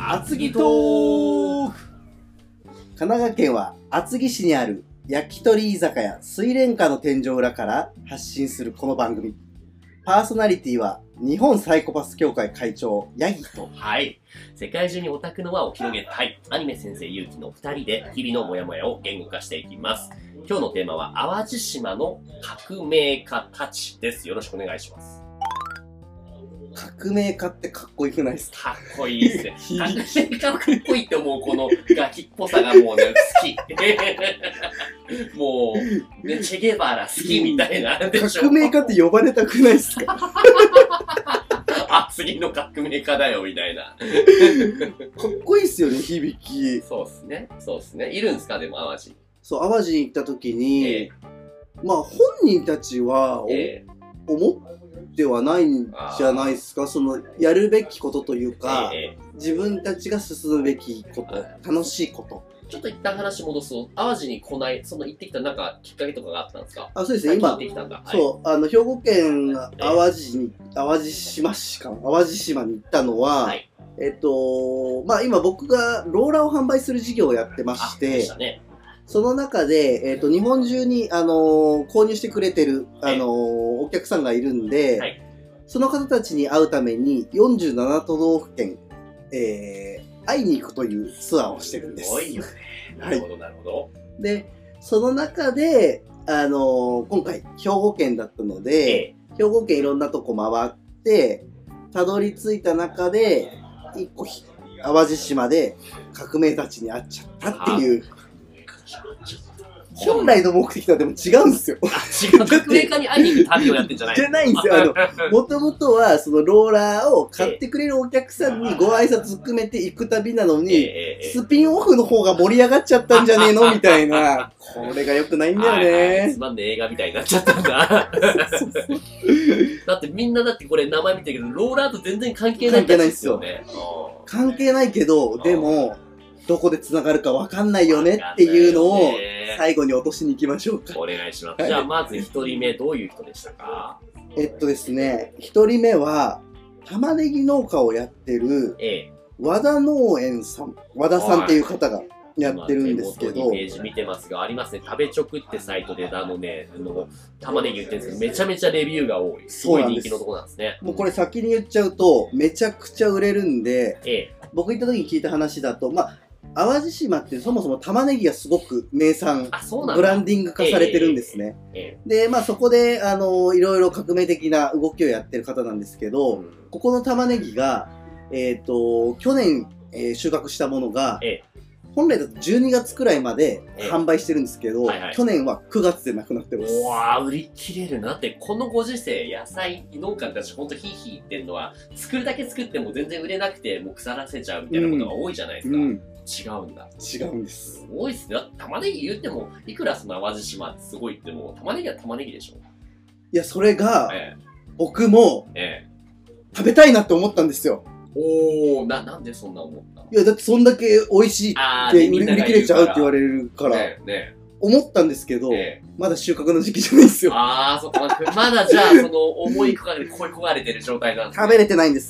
厚木トーク。神奈川県は厚木市にある焼き鳥居酒屋水蓮花の天井裏から発信するこの番組。パーソナリティは日本サイコパス協会会長ヤギと、 はい。世界中にオタクの輪を広げたいアニメ先生ゆうきの2人で日々のモヤモヤを言語化していきます。今日のテーマは淡路島の革命家たちです。よろしくお願いします。 革命家ってかっこよくないですか？ かっこいいですね。革命家かっこいいって思うこのガキっぽさがもうね、好き。もう、ね、チェゲバラ好きみたいな。 革命家って呼ばれたくないですか？ あ、次の革命家だよみたいな。 かっこいいっすよね、響き。 そうっすね。そうっすね。いるんですかでも淡路。 そう、淡路に行った時に、まあ本人たちは、思ってはないんじゃないですか。そのやるべきことというか、自分たちが進むべきこと、楽しいこと。 ちょっと一旦話戻すと、淡路に来ない、その行ってきたなんかきっかけとかがあったんですか？ あ、そうですね。今、そう、兵庫県淡路島に行ったのは、はい、まあ今僕がローラーを販売する事業をやってまして、その中で、日本中に、購入してくれてる、お客さんがいるんで、はい、その方たちに会うために47都道府県、会いに行くというツアーをしてるんです。 すごいよね。なるほど、なるほど。 で、その中で、今回、兵庫県だったので、兵庫県いろんなとこ回って、たどり着いた中で、一個、淡路島で革命たちに会っちゃったっていう。本来の目的とはでも違うんですよ。 違う。革命家に会いに行く旅をやってんじゃないじゃないんですよ。もともとは、そのローラーを買ってくれるお客さんにご挨拶含めて行く旅なのに、スピンオフの方が盛り上がっちゃったんじゃねえのみたいな。これが良くないんだよね。 つまんねえ映画みたいになっちゃったんだ。だってみんなだってこれ名前見てるけど、ローラーと全然関係ないんですよね。 関係ないけど、でも、どこで繋がるか分かんないよねっていうのを最後に落としに行きましょうか。 お願いします。じゃあまず一人目どういう人でしたか？ ですね、一人目は玉ねぎ農家をやってる和田農園さん、和田さんっていう方がやってるんですけど、 ページ見てますがありますね。食べチョクってサイトで玉ねぎ売ってるんですけど、めちゃめちゃレビューが多い。すごい人気のところなんですね。 もうこれ先に言っちゃうとめちゃくちゃ売れるんで、僕行った時に聞いた話だと、まあ淡路島ってそもそも玉ねぎがすごく名産、ブランディング化されてるんですね。で、まあそこで、いろいろ革命的な動きをやってる方なんですけど、ここの玉ねぎが、去年、収穫したものが、本来だと12月くらいまで販売してるんですけど、去年は9月でなくなってます。 うわー、売り切れるなって、このご時世、野菜農家たちほんとヒーヒー言ってるのは、作るだけ作っても全然売れなくて、もう腐らせちゃうみたいなことが多いじゃないですか。違うんだ。 違うんです。 すごいっすね。玉ねぎ言っても、いくらその淡路島ってすごいっても、玉ねぎは玉ねぎでしょ。 いや、それが、僕も、食べたいなって思ったんですよ。 おー、なんでそんな思ったの？ いや、だってそんだけ美味しいって売り切れちゃうって言われるから、思ったんですけど、まだ収穫の時期じゃないんですよ。 あー、そっか。まだじゃあ、その思い恋焦がれてる状態なんですね。 食べれてないんです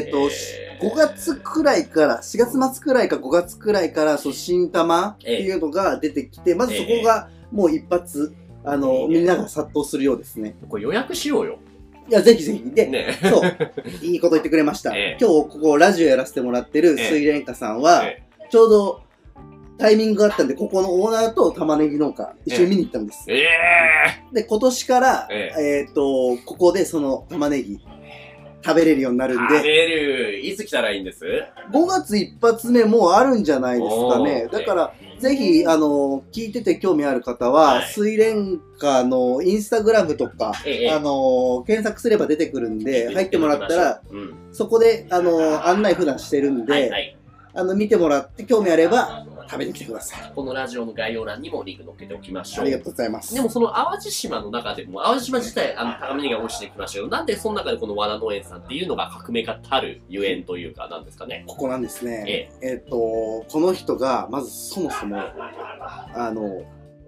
。5月くらいから、4月末くらいか5月くらいから、新玉っていうのが出てきて、まずそこがもう一発、みんなが殺到するようですね。 これ予約しようよ。 いや、ぜひぜひ。で、そう、いいこと言ってくれました。今日ここラジオやらせてもらってる水蓮花さんは、ちょうどタイミングがあったんで、ここのオーナーと玉ねぎ農家、一緒に見に行ったんです。で、今年から、ここでその玉ねぎ、食べれるようになるんで。 食べる。いつ来たらいいんです？ 5 月一発目もうあるんじゃないですかね。だから、ぜひ、聞いてて興味ある方は、水蓮花のインスタグラムとか、検索すれば出てくるんで、入ってもらったら、そこで、案内普段してるんで、見てもらって興味あれば、食べに来てください。 このラジオの概要欄にもリンク載っけておきましょう。 ありがとうございます。 でもその淡路島の中でも、淡路島自体、玉ねぎが美味しいってきましたけど、なんでその中でこの和田農園さんっていうのが革命家たるゆえんというか、なんですかね。 ここなんですね。この人が、まずそもそも、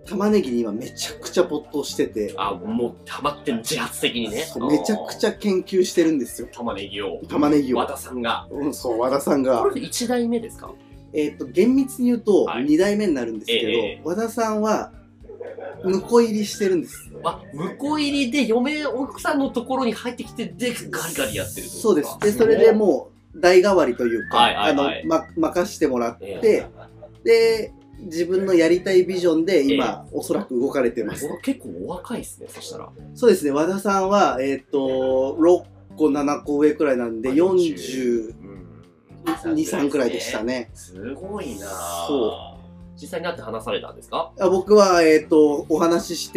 玉ねぎに今めちゃくちゃ没頭してて。 あ、もう溜まってん、自発的にね。 めちゃくちゃ研究してるんですよ。 玉ねぎを。 和田さんが。 そう、和田さんが。 これ1代目ですか？ 厳密に言うと2代目になるんですけど、和田さんは、婿入りしてるんです。 あ、婿入りで奥さんのところに入ってきて、で、ガリガリやってる。 そうです。で、それでもう、代替わりというか、任してもらって、で、自分のやりたいビジョンで今、おそらく動かれてます。 結構お若いですね、そしたら。 そうですね、和田さんは、6個、7個上くらいなんで、42、3くらいでしたね。 すごいなぁ。 そう。 実際に会って話されたんですか？ 僕は、お話しして、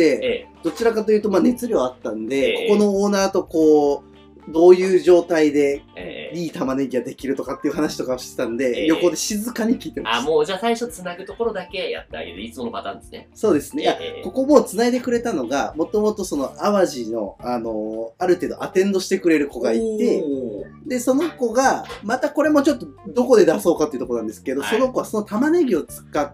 どちらかというと、熱量あったんで、ここのオーナーとこう、どういう状態で、いい玉ねぎができるとかっていう話とかをしてたんで、横で静かに聞いてました。 あ、もうじゃあ最初つなぐところだけやってあげる。いつものパターンですね。 そうですね。いや、ここもつないでくれたのが、もともとその淡路の、ある程度アテンドしてくれる子がいて、で、その子が、またこれもちょっとどこで出そうかっていうところなんですけど、その子はその玉ねぎを使った、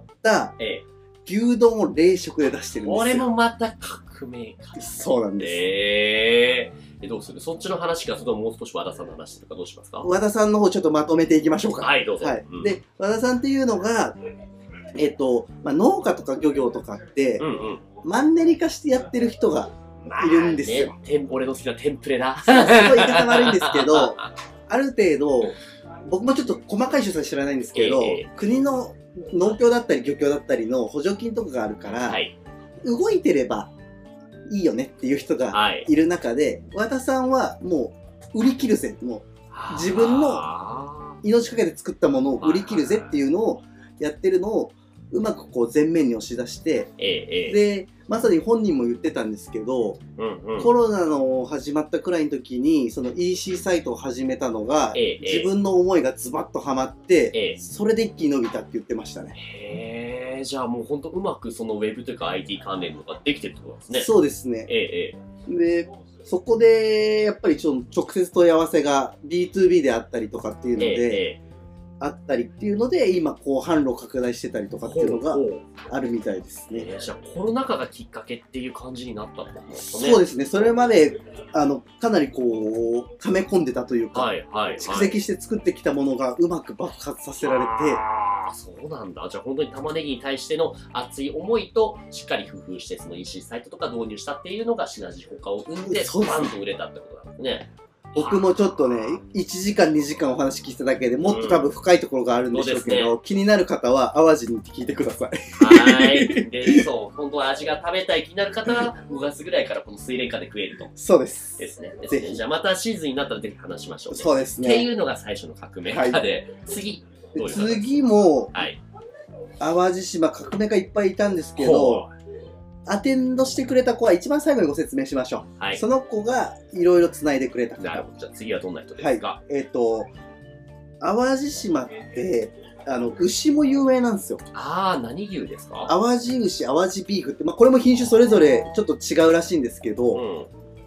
牛丼を冷食で出してるんですよ。 俺もまた革命家。 そうなんです。 どうする？そっちの話か、それとももう少し和田さんの話とかどうしますか？ 和田さんの方ちょっとまとめていきましょうか。 はい、どうぞ。 で、和田さんっていうのが、農家とか漁業とかって、マンネリ化してやってる人がいるんですよ。 俺の好きなテンプレだ。 すごい言い方悪いんですけど、ある程度、僕もちょっと細かい詳細知らないんですけど、国の農協だったり漁協だったりの補助金とかがあるから、動いてればいいよねっていう人がいる中で、和田さんはもう売り切るぜ、もう自分の命かけて作ったものを売り切るぜっていうのをやってるのをうまくこう前面に押し出して、で、まさに本人も言ってたんですけど、コロナの始まったくらいの時にその EC サイトを始めたのが、自分の思いがズバッとはまって、それで一気に伸びたって言ってましたね。 じゃあもう本当うまくそのウェブというか IT 関連とかできてるってことですね。 そうですね。で、そこでやっぱり直接問い合わせが B2B であったりとかっていうので、あったりっていうので、今こう販路拡大してたりとかっていうのがあるみたいですね。 じゃあコロナ禍がきっかけっていう感じになったんですね。そうですね。それまでかなりこう溜め込んでたというか、蓄積して作ってきたものがうまく爆発させられて。 ああ、そうなんだ。じゃあ本当に玉ねぎに対しての熱い思いとしっかり工夫してその EC サイトとか導入したっていうのがシナジー効果を生んでバンと売れたってことなんですね。 僕もちょっとね、1時間2時間お話聞いただけでもっと多分深いところがあるんでしょうけど、気になる方は淡路に行って聞いてください。 はい。で、そう、本当は味が食べたい気になる方は5月ぐらいからこの水蓮花で食えると。 そうです。 ですね。じゃあまたシーズンになったらぜひ話しましょう。 そうですね。 っていうのが最初の革命家で、次も、淡路島革命家いっぱいいたんですけど、アテンドしてくれた子は一番最後にご説明しましょう。その子がいろいろ繋いでくれた方。 なるほど。じゃあ次はどんな人ですか？ 淡路島って、牛も有名なんですよ。 ああ、何牛ですか？ 淡路牛、淡路ビーフって、これも品種それぞれちょっと違うらしいんですけど、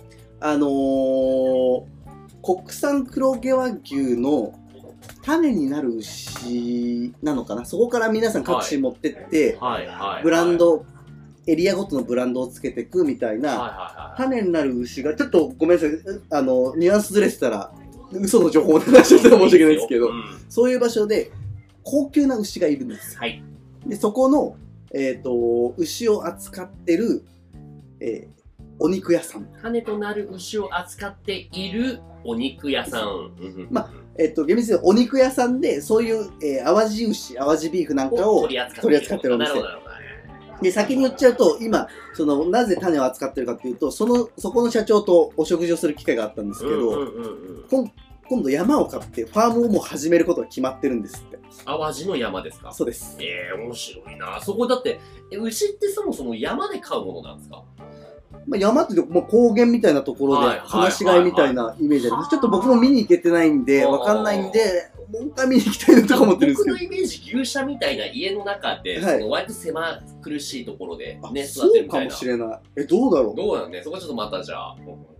国産黒毛和牛の種になる牛なのかな、そこから皆さん各種持ってって、ブランド、エリアごとのブランドをつけていくみたいな、種になる牛が、ちょっとごめんなさい、ニュアンスずれてたら、嘘の情報を流しちゃったら申し訳ないですけど、そういう場所で高級な牛がいるんですよ。で、そこの、牛を扱ってる、お肉屋さん。 種となる牛を扱っているお肉屋さん。 厳密にお肉屋さんで、そういう、淡路牛、淡路ビーフなんかを取り扱ってるお店。で、先に言っちゃうと、今、なぜ種を扱ってるかっていうと、そこの社長とお食事をする機会があったんですけど、今度山を買って、ファームをもう始めることが決まってるんですって。 淡路の山ですか？ そうです。 面白いな。そこだって、牛ってそもそも山で飼うものなんですか？ 山ってもう高原みたいなところで、放し飼いみたいなイメージあります。ちょっと僕も見に行けてないんで、わかんないんで、もう一回見に行きたいなとか思ってるんですけど。 僕のイメージ、牛舎みたいな家の中で、割と狭苦しいところでね、 育ってるみたいな。そうかもしれない。どうだろう。 どうなのね。そこちょっとまたじゃあ、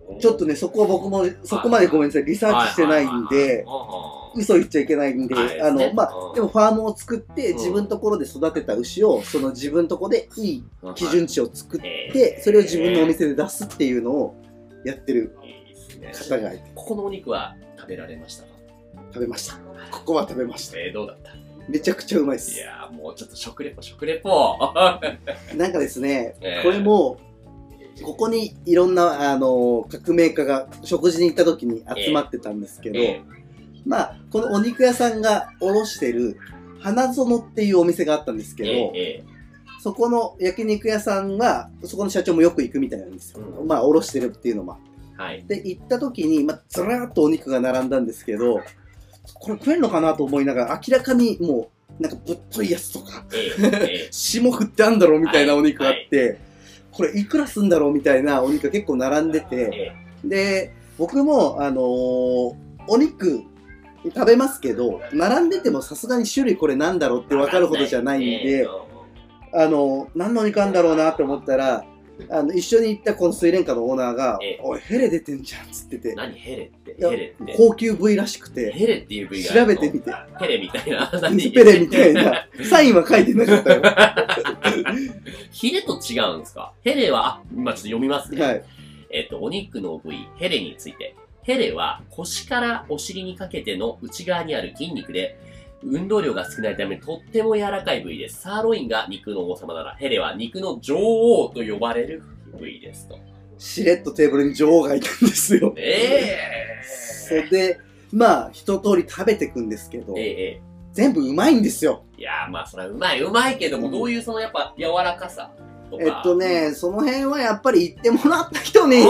ちょっとね、そこは僕もそこまでごめんなさい、リサーチしてないんで、嘘言っちゃいけないんで、まあ、でもファームを作って、自分のところで育てた牛を、その自分のところでいい基準値を作って、それを自分のお店で出すっていうのをやってる方がいて。 ここのお肉は食べられましたか？ 食べました。ここは食べました。 どうだった？ めちゃくちゃうまいです。 いやー、もうちょっと食レポ。 なんかですね、これも、ここにいろんな、革命家が食事に行った時に集まってたんですけど、まあ、このお肉屋さんが卸してる、花園っていうお店があったんですけど、そこの焼肉屋さんは、そこの社長もよく行くみたいなんですよ。まあ、卸してるっていうのもあって。はい、で、行った時に、まあ、ずらーっとお肉が並んだんですけど、これ食えるのかなと思いながら、明らかにもう、なんかぶっといやつとか、霜降ってあんだろうみたいなお肉があって、これいくらすんだろうみたいなお肉が結構並んでて、で、僕も、お肉食べますけど、並んでてもさすがに種類これなんだろうって分かるほどじゃないんで、何のお肉なんだろうなって思ったら、一緒に行ったこの水蓮花のオーナーが、おい、ヘレ出てんじゃんっつってて。 何ヘレって？ 高級部位らしくて。 ヘレっていう部位が調べてみて。 ヘレみたいな。 ペレみたいな。サインは書いてなかったよ。 ヒレと違うんですか？ヘレは、今ちょっと読みますね。 はい。 お肉の部位、ヘレについて。ヘレは腰からお尻にかけての内側にある筋肉で、運動量が少ないためとっても柔らかい部位です。サーロインが肉の王様なら、ヘレは肉の女王と呼ばれる部位ですと。 しれっとテーブルに女王がいたんですよ。それで、まあ、一通り食べていくんですけど、全部うまいんですよ。 いやー、まあ、それはうまいけども、どういうそのやっぱ柔らかさとか。 その辺はやっぱり言ってもらった人に。い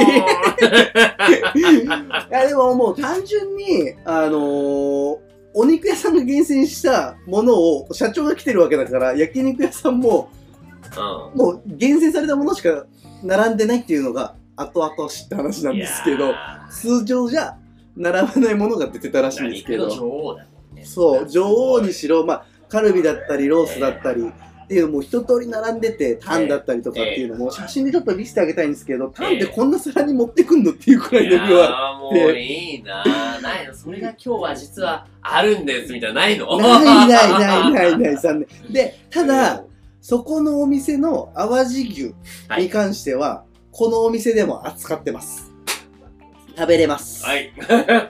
や、でももう単純に、お肉屋さんが厳選したものを社長が来てるわけだから、焼肉屋さんも、もう厳選されたものしか並んでないっていうのが後々知った話なんですけど、通常じゃ並ばないものが出てたらしいんですけど、 肉の女王だもんね。 そう、女王にしろ、まあ、カルビだったりロースだったり、っていうのも一通り並んでて、タンだったりとかっていうのも写真でちょっと見せてあげたいんですけど、タンってこんな皿に持ってくんのっていうくらいの量あって。もういいなぁ。ないの。それが今日は実はあるんですみたいなないの？ ない、残念。で、ただ、そこのお店の淡路牛に関しては、このお店でも扱ってます。食べれます。はい。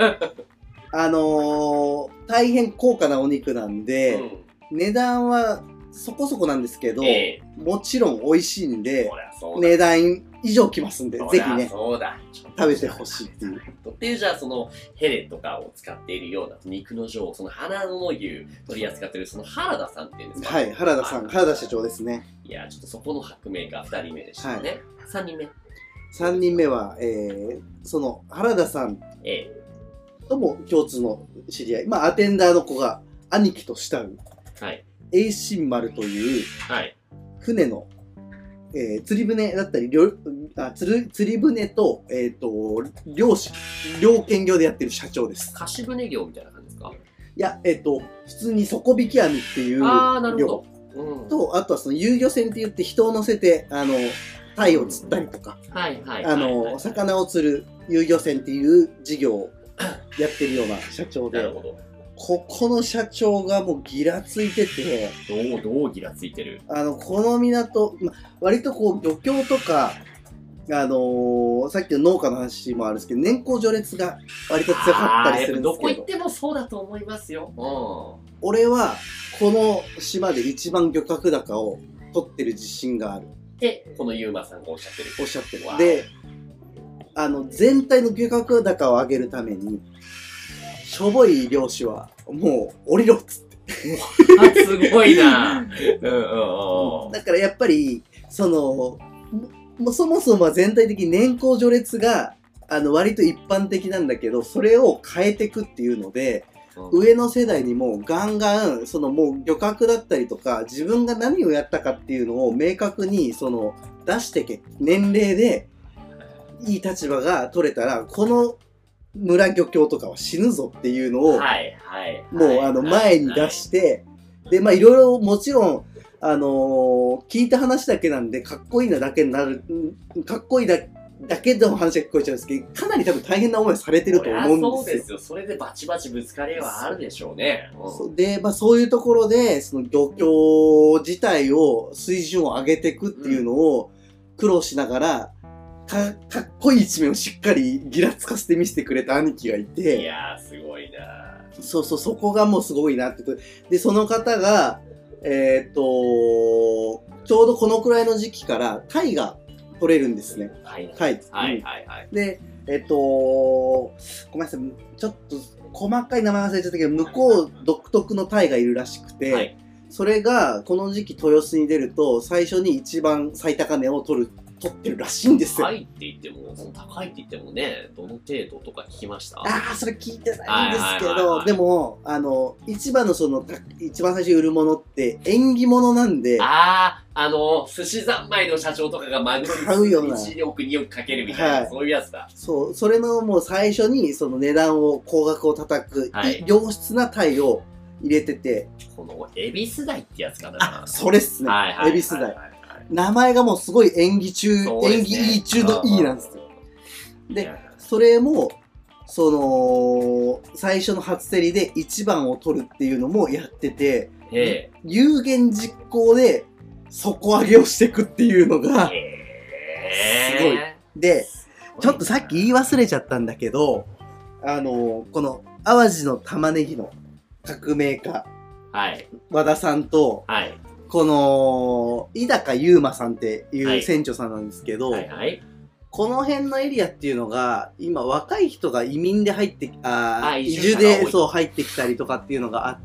大変高価なお肉なんで、値段はそこそこなんですけど、もちろん美味しいんで、値段以上きますんで、ぜひね、食べてほしいっていう。 っていうじゃあそのヘレとかを使っているような肉の女王、その花の牛取り扱っているその原田さんっていうんですか？ はい、原田さん、原田社長ですね。 いや、ちょっとそこの革命が2人目でしたね。3人目。 3人目は、その原田さんとも共通の知り合い、まあアテンダーの子が兄貴と慕う。はい。栄新丸という船の、釣り船だったり、釣り船と、漁師、漁兼業でやってる社長です。 貸し船業みたいな感じですか？ いや、普通に底引き網っていう漁と、あとはその遊漁船って言って人を乗せて、鯛を釣ったりとか、魚を釣る遊漁船っていう事業をやってるような社長で。なるほど。ここの社長がもうギラついてて。 どうギラついてる？ この港、割とこう漁協とか、さっきの農家の話もあるんですけど、年功序列が割と強かったりするんですけど。 どこ行ってもそうだと思いますよ。 俺は、この島で一番漁獲高を取ってる自信がある。 で、このユーマさんがおっしゃってる。 おっしゃってる。で、全体の漁獲高を上げるために、しょぼい漁師は、もう、降りろっつって。 すごいなだからやっぱり、もうそもそもは全体的に年功序列が、割と一般的なんだけど、それを変えていくっていうので、上の世代にもガンガン、もう漁獲だったりとか、自分が何をやったかっていうのを明確に、出してけ。年齢で、いい立場が取れたら、この、村漁協とかは死ぬぞっていうのを、もう前に出して、で、まあいろいろもちろん、聞いた話だけなんで、かっこいいなだけになる、かっこいいだだけの話が聞こえちゃうんですけど、かなり多分大変な思いされてると思うんですよ。 そうですよ。それでバチバチぶつかりはあるでしょうね。 で、そういうところで、その漁協自体を、水準を上げていくっていうのを苦労しながら、かっこいい一面をしっかりギラつかせて見せてくれた兄貴がいて。 いやー、すごいな。 そこがもうすごいなって。で、その方が、ちょうどこのくらいの時期からタイが取れるんですね。タイ。 はいはいはい。 で、ごめんなさい、ちょっと細かい名前忘れちゃったけど、向こう独特のタイがいるらしくて、はい、それがこの時期豊洲に出ると最初に一番最高値を取ってるらしいんですよ。 高いって言っても、その高いって言ってもね、どの程度とか聞きました？ ああ、それ聞いてないんですけど、でも、一番の一番最初に売るものって縁起物なんで。 寿司三昧の社長とかがマグロに買うような。 1億2億かけるみたいな、はい、そういうやつだ。 そう、それのもう最初にその値段を、高額を叩く、はい、良質なタイを入れてて。 このエビスダイってやつかな。 それっすね。エビスダイ。名前がもうすごい演技いい中のいいなんですよ。で、それも、最初の初競りで1番を取るっていうのもやってて、有言実行で底上げをしていくっていうのが、すごい。で、ちょっとさっき言い忘れちゃったんだけど、この淡路の玉ねぎの革命家、和田さんと、この、井高優馬さんっていう船長さんなんですけど、この辺のエリアっていうのが、今若い人が移民で入って、移住で入ってきたりとかっていうのがあって、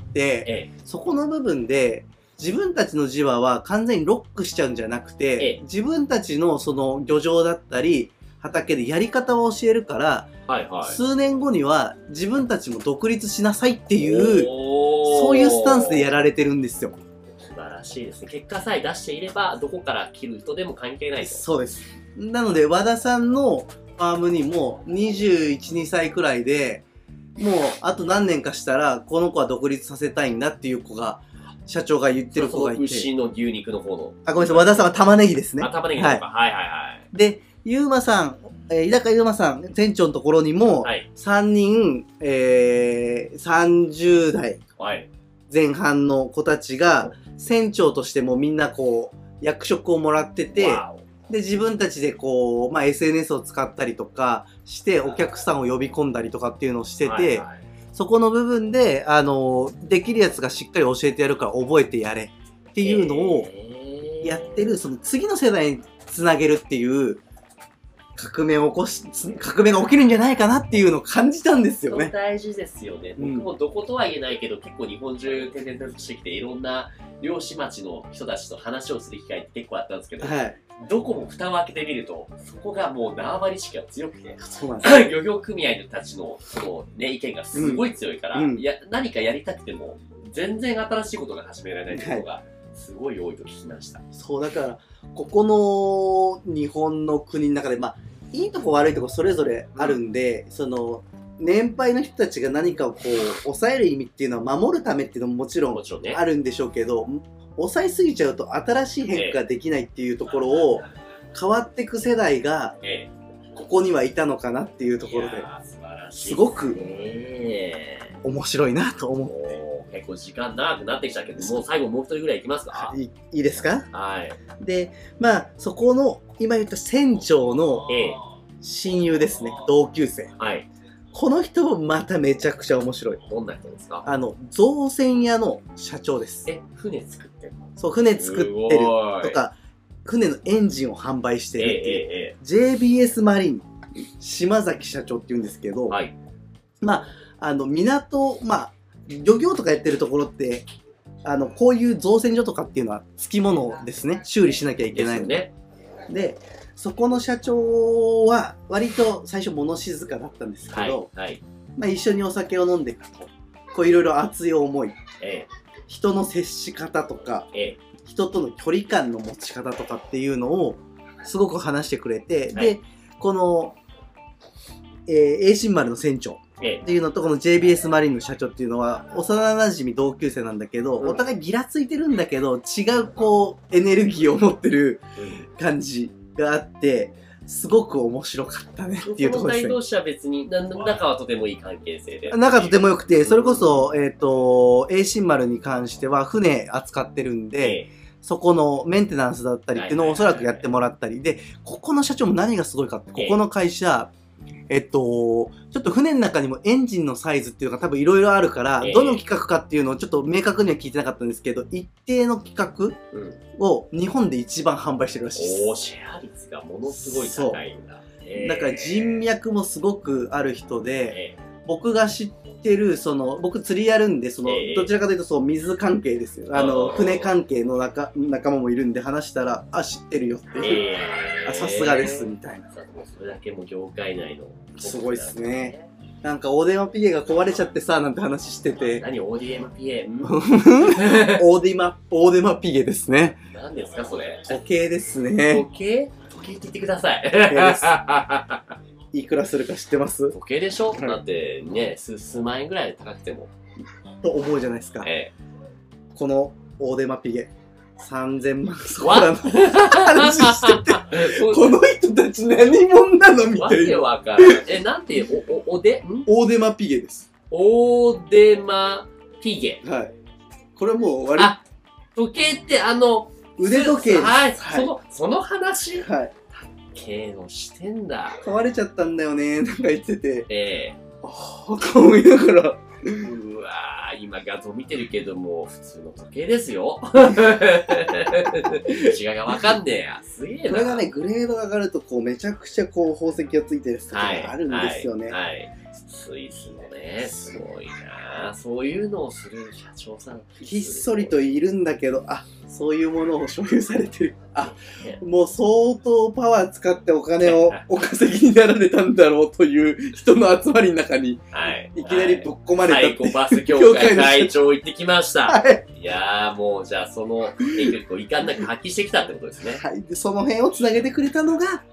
そこの部分で、自分たちの地場は完全にロックしちゃうんじゃなくて、自分たちのその漁場だったり、畑でやり方を教えるから、数年後には自分たちも独立しなさいっていう、そういうスタンスでやられてるんですよ。 素晴らしいですね。結果さえ出していれば、どこから切る人でも関係ないと。 そうです。なので、和田さんのファームにも21、2歳くらいで、もうあと何年かしたら、この子は独立させたいんだっていう子が、社長が言ってる子がいて。 牛の牛肉の方の。 ごめんなさい、和田さんは玉ねぎですね。 玉ねぎの方か。はいはいはい。 で、ゆうまさん、井高ゆうまさん、店長のところにも、3人、30代前半の子たちが、船長としてもみんなこう、役職をもらってて、で、自分たちでこう、SNS を使ったりとかして、お客さんを呼び込んだりとかっていうのをしてて、そこの部分で、できるやつがしっかり教えてやるから覚えてやれっていうのをやってる、その次の世代につなげるっていう革命が起きるんじゃないかなっていうのを感じたんですよね。 大事ですよね。僕もどことは言えないけど、結構日本中転々としてきて、いろんな漁師町の人たちと話をする機会って結構あったんですけど、どこも蓋を開けてみると、そこがもう縄張り意識が強くて、漁業組合たちのその、ね、意見がすごい強いから、何かやりたくても、全然新しいことが始められないところが、すごい多いと聞きました。 そう、だから、ここの日本の国の中で、いいとこ悪いとこそれぞれあるんで、年配の人たちが何かをこう、抑える意味っていうのは守るためっていうのももちろんあるんでしょうけど、抑えすぎちゃうと新しい変化ができないっていうところを、変わっていく世代が、ここにはいたのかなっていうところで、すごく面白いなと思って。 結構時間長くなってきたけど、もう最後もう一人ぐらいいきますか？ いいですか？ はい。 で、そこの、今言った船長の親友ですね、同級生。この人もまためちゃくちゃ面白い。 どんな人ですか？ 造船屋の社長です。 船作ってるの？ そう、船作ってるとか、船のエンジンを販売してるっていう、JBS マリン、島崎社長って言うんですけど、港、漁業とかやってるところって、こういう造船所とかっていうのは付き物ですね。修理しなきゃいけないので。で、そこの社長は割と最初物静かだったんですけど、一緒にお酒を飲んでいくと、こういろいろ熱い思い、人の接し方とか、人との距離感の持ち方とかっていうのをすごく話してくれて、で、この、栄新丸の船長っていうのとこの JBS マリンの社長っていうのは幼馴染同級生なんだけど、お互いギラついてるんだけど違うこうエネルギーを持ってる感じがあって、 すごく面白かったねっていうところですね。 その二人同士は別に、仲はとてもいい関係性で。 仲とても良くて、それこそ、栄新丸に関しては船扱ってるんで、そこのメンテナンスだったりっていうのをおそらくやってもらったりで、ここの社長も何がすごいかって、ここの会社、ちょっと船の中にもエンジンのサイズっていうのが多分いろいろあるから、どの規格かっていうのをちょっと明確には聞いてなかったんですけど、一定の規格を日本で一番販売してるらしいです。 シェア率がものすごい高いんだ。 だから人脈もすごくある人で、僕が知ってる、僕釣りやるんで、どちらかというと水関係ですよ。船関係の仲間もいるんで話したら、知ってるよっていう。さすがです、みたいな。 それだけも業界内の。 すごいっすね。なんか、オーデマピゲが壊れちゃってさ、なんて話してて。 何、オーディマピゲオーデマピゲですね。 何ですか、それ。 時計ですね。 時計って言ってください。 時計です。いくらするか知ってます？ 時計でしょ、だってね、数万円ぐらい高くても。 と思うじゃないですか。このオーデマピゲ、3000万そこらの話してて、この人たち何者なのみたいな。わけわからん。なんて、オーデマピゲです。 オーデマピゲ。 はい。これもう時計って腕時計です。 はい。その話はい。 系のしてんだ。 壊れちゃったんだよね、なんか言ってて。と思いながら。 うわー、今画像見てるけども、普通の時計ですよ。違いがわかんねえや。すげえな。 これがね、グレードが上がると、めちゃくちゃ宝石がついてる時があるんですよね。 スイスのね、すごいな。そういうのをする社長さん。 ひっそりといるんだけど、そういうものを所有されてる。もう相当パワー使ってお金をお稼ぎになられたんだろうという人の集まりの中に、いきなりぶっ込まれたっていう。 サイコパス協会会長行ってきました。いやーもうじゃあその影響力を遺憾なく発揮してきたってことですね。 はい。で、その辺をつなげてくれたのが、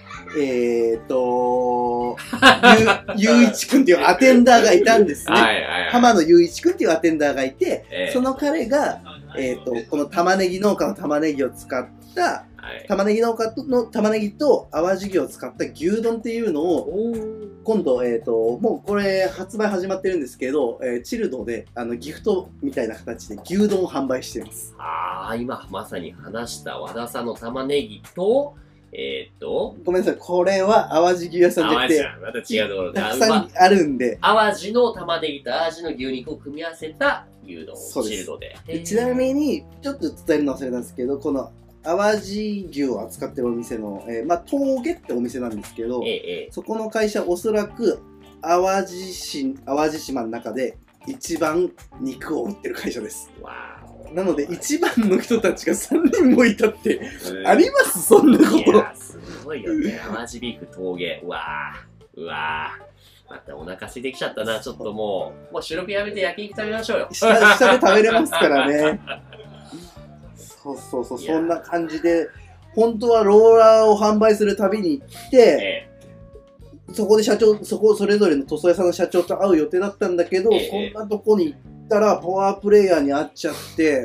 ゆういちくんっていうアテンダーがいたんですね。浜野ゆういちくんっていうアテンダーがいて、その彼が、この玉ねぎ農家の玉ねぎを使った、玉ねぎ農家の玉ねぎと淡路牛を使った牛丼っていうのを、今度、もうこれ発売始まってるんですけど、チルドで、ギフトみたいな形で牛丼を販売しています。 今まさに話した和田さんの玉ねぎと、 ごめんなさい、これは淡路牛屋さんじゃなくて、 また違うところたくさんあるんで。 淡路の玉ねぎと淡路の牛肉を組み合わせた牛丼をチルドで。 ちなみに、ちょっと伝えるの忘れたんですけど、この淡路牛を扱ってるお店の、峠ってお店なんですけど、そこの会社おそらく淡路島の中で一番肉を売ってる会社です。なので一番の人たちが3人もいたってあります？そんなこと。いやすごいよね。淡路ビーフ峠。うわーまたお腹空いてきちゃったな。ちょっともう収録やめて焼肉食べましょうよ。 下で食べれますからね。そうそんな感じで、本当はローラーを販売するたびに行って、そこでそれぞれの塗装屋さんの社長と会う予定だったんだけど、そんなとこに行ったらパワープレイヤーに会っちゃって、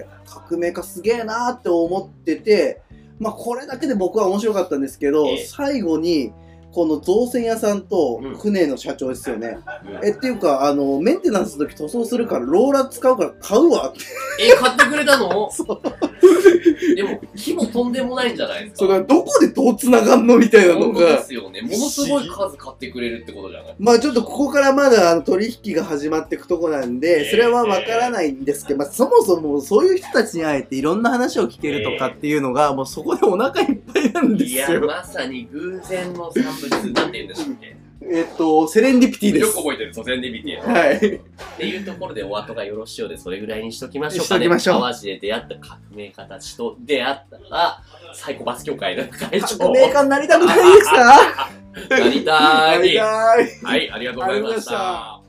革命家すげえなーって思ってて、これだけで僕は面白かったんですけど、最後に、この造船屋さんと船の社長ですよね。っていうか、メンテナンスの時塗装するからローラー使うから買うわって。 買ってくれたの？そう。でも、規模とんでもないんじゃないですか。 それはどこでどう繋がんのみたいなのが。 そうですよね。ものすごい数買ってくれるってことじゃない？ ちょっとここからまだ取引が始まっていくとこなんで、それはわからないんですけど、そもそもそういう人たちに会えていろんな話を聞けるとかっていうのが、もうそこでお腹いっぱいなんですよ。 いや、まさに偶然の産物、なんて言うんでしたっけ？ セレンディピティです。 よく覚えてる、セレンディピティ。 はい。 っていうところでお後がよろしいようで、それぐらいにしときましょうかね。淡路で出会った革命家たちと出会ったら、サイコパス協会の会長。 革命家になりたくないですか？ なりたーい。 なりたーい。 はい、ありがとうございました。